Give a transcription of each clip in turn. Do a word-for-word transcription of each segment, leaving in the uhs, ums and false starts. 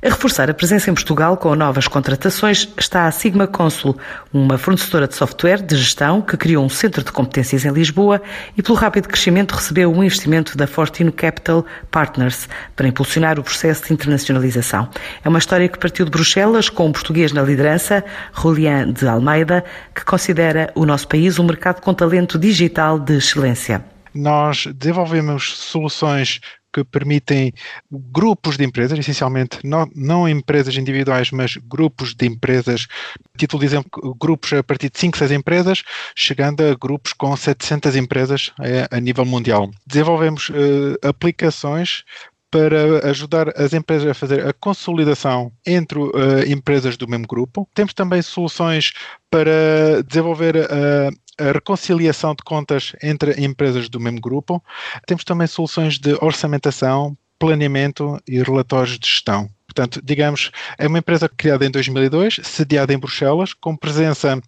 A reforçar a presença em Portugal com novas contratações está a Sigma Consul, uma fornecedora de software de gestão que criou um centro de competências em Lisboa e, pelo rápido crescimento, recebeu um investimento da Fortino Capital Partners para impulsionar o processo de internacionalização. É uma história que partiu de Bruxelas com um português na liderança, Julián de Almeida, que considera o nosso país um mercado com talento digital de excelência. Nós desenvolvemos soluções que permitem grupos de empresas, essencialmente não, não empresas individuais, mas grupos de empresas, a título de exemplo, grupos a partir de cinco, seis empresas, chegando a grupos com setecentas empresas a, a nível mundial. Desenvolvemos uh, aplicações para ajudar as empresas a fazer a consolidação entre uh, empresas do mesmo grupo. Temos também soluções para desenvolver a a reconciliação de contas entre empresas do mesmo grupo. Temos também soluções de orçamentação, planeamento e relatórios de gestão. Portanto, digamos, é uma empresa criada em dois mil e dois, sediada em Bruxelas, com presença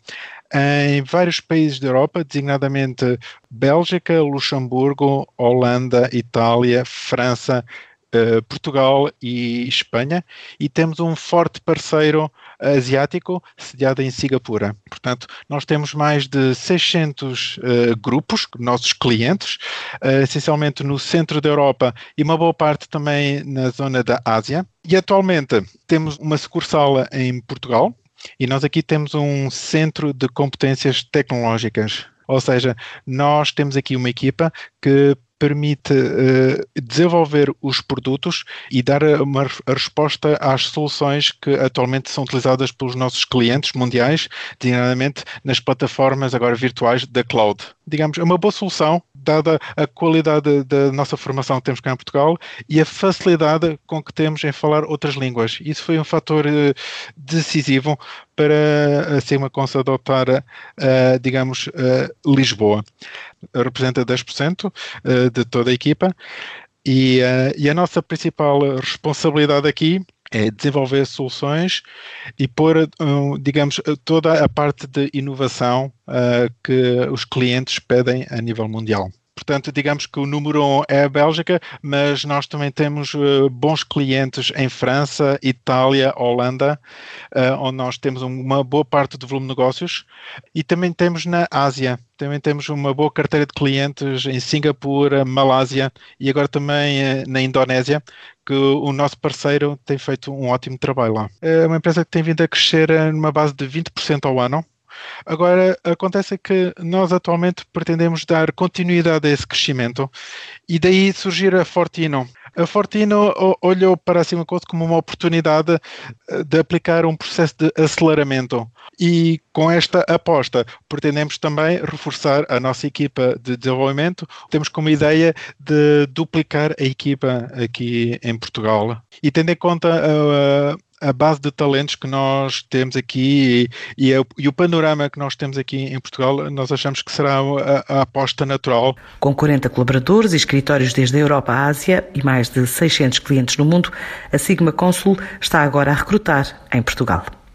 em vários países da Europa, designadamente Bélgica, Luxemburgo, Holanda, Itália, França, Uh, Portugal e Espanha, e temos um forte parceiro asiático sediado em Singapura. Portanto, nós temos mais de seiscentos uh, grupos, nossos clientes, uh, essencialmente no centro da Europa e uma boa parte também na zona da Ásia. E atualmente temos uma sucursal em Portugal e nós aqui temos um centro de competências tecnológicas. Ou seja, nós temos aqui uma equipa que permite uh, desenvolver os produtos e dar uma a resposta às soluções que atualmente são utilizadas pelos nossos clientes mundiais, designadamente nas plataformas agora virtuais da cloud. Digamos, é uma boa solução, dada a qualidade da nossa formação que temos cá em Portugal e a facilidade com que temos em falar outras línguas. Isso foi um fator uh, decisivo para a Sigma Consul adotar, uh, digamos, uh, Lisboa. Representa dez por cento uh, de toda a equipa e, uh, e a nossa principal responsabilidade aqui é desenvolver soluções e pôr, uh, digamos, toda a parte de inovação uh, que os clientes pedem a nível mundial. Portanto, digamos que o número um é a Bélgica, mas nós também temos uh, bons clientes em França, Itália, Holanda, uh, onde nós temos uma boa parte do volume de negócios, e também temos na Ásia. Também temos uma boa carteira de clientes em Singapura, Malásia e agora também uh, na Indonésia, que o nosso parceiro tem feito um ótimo trabalho lá. É uma empresa que tem vindo a crescer numa base de vinte por cento ao ano. Agora, acontece que nós atualmente pretendemos dar continuidade a esse crescimento e daí surgir a Fortino. A Fortino olhou para a Sigma Consul como uma oportunidade de aplicar um processo de aceleramento e com esta aposta pretendemos também reforçar a nossa equipa de desenvolvimento. Temos como ideia de duplicar a equipa aqui em Portugal e tendo em conta a a base de talentos que nós temos aqui e, e, e o panorama que nós temos aqui em Portugal, nós achamos que será a, a aposta natural. Com quarenta colaboradores e escritórios desde a Europa à Ásia e mais de seiscentos clientes no mundo, a Sigma Consul está agora a recrutar em Portugal.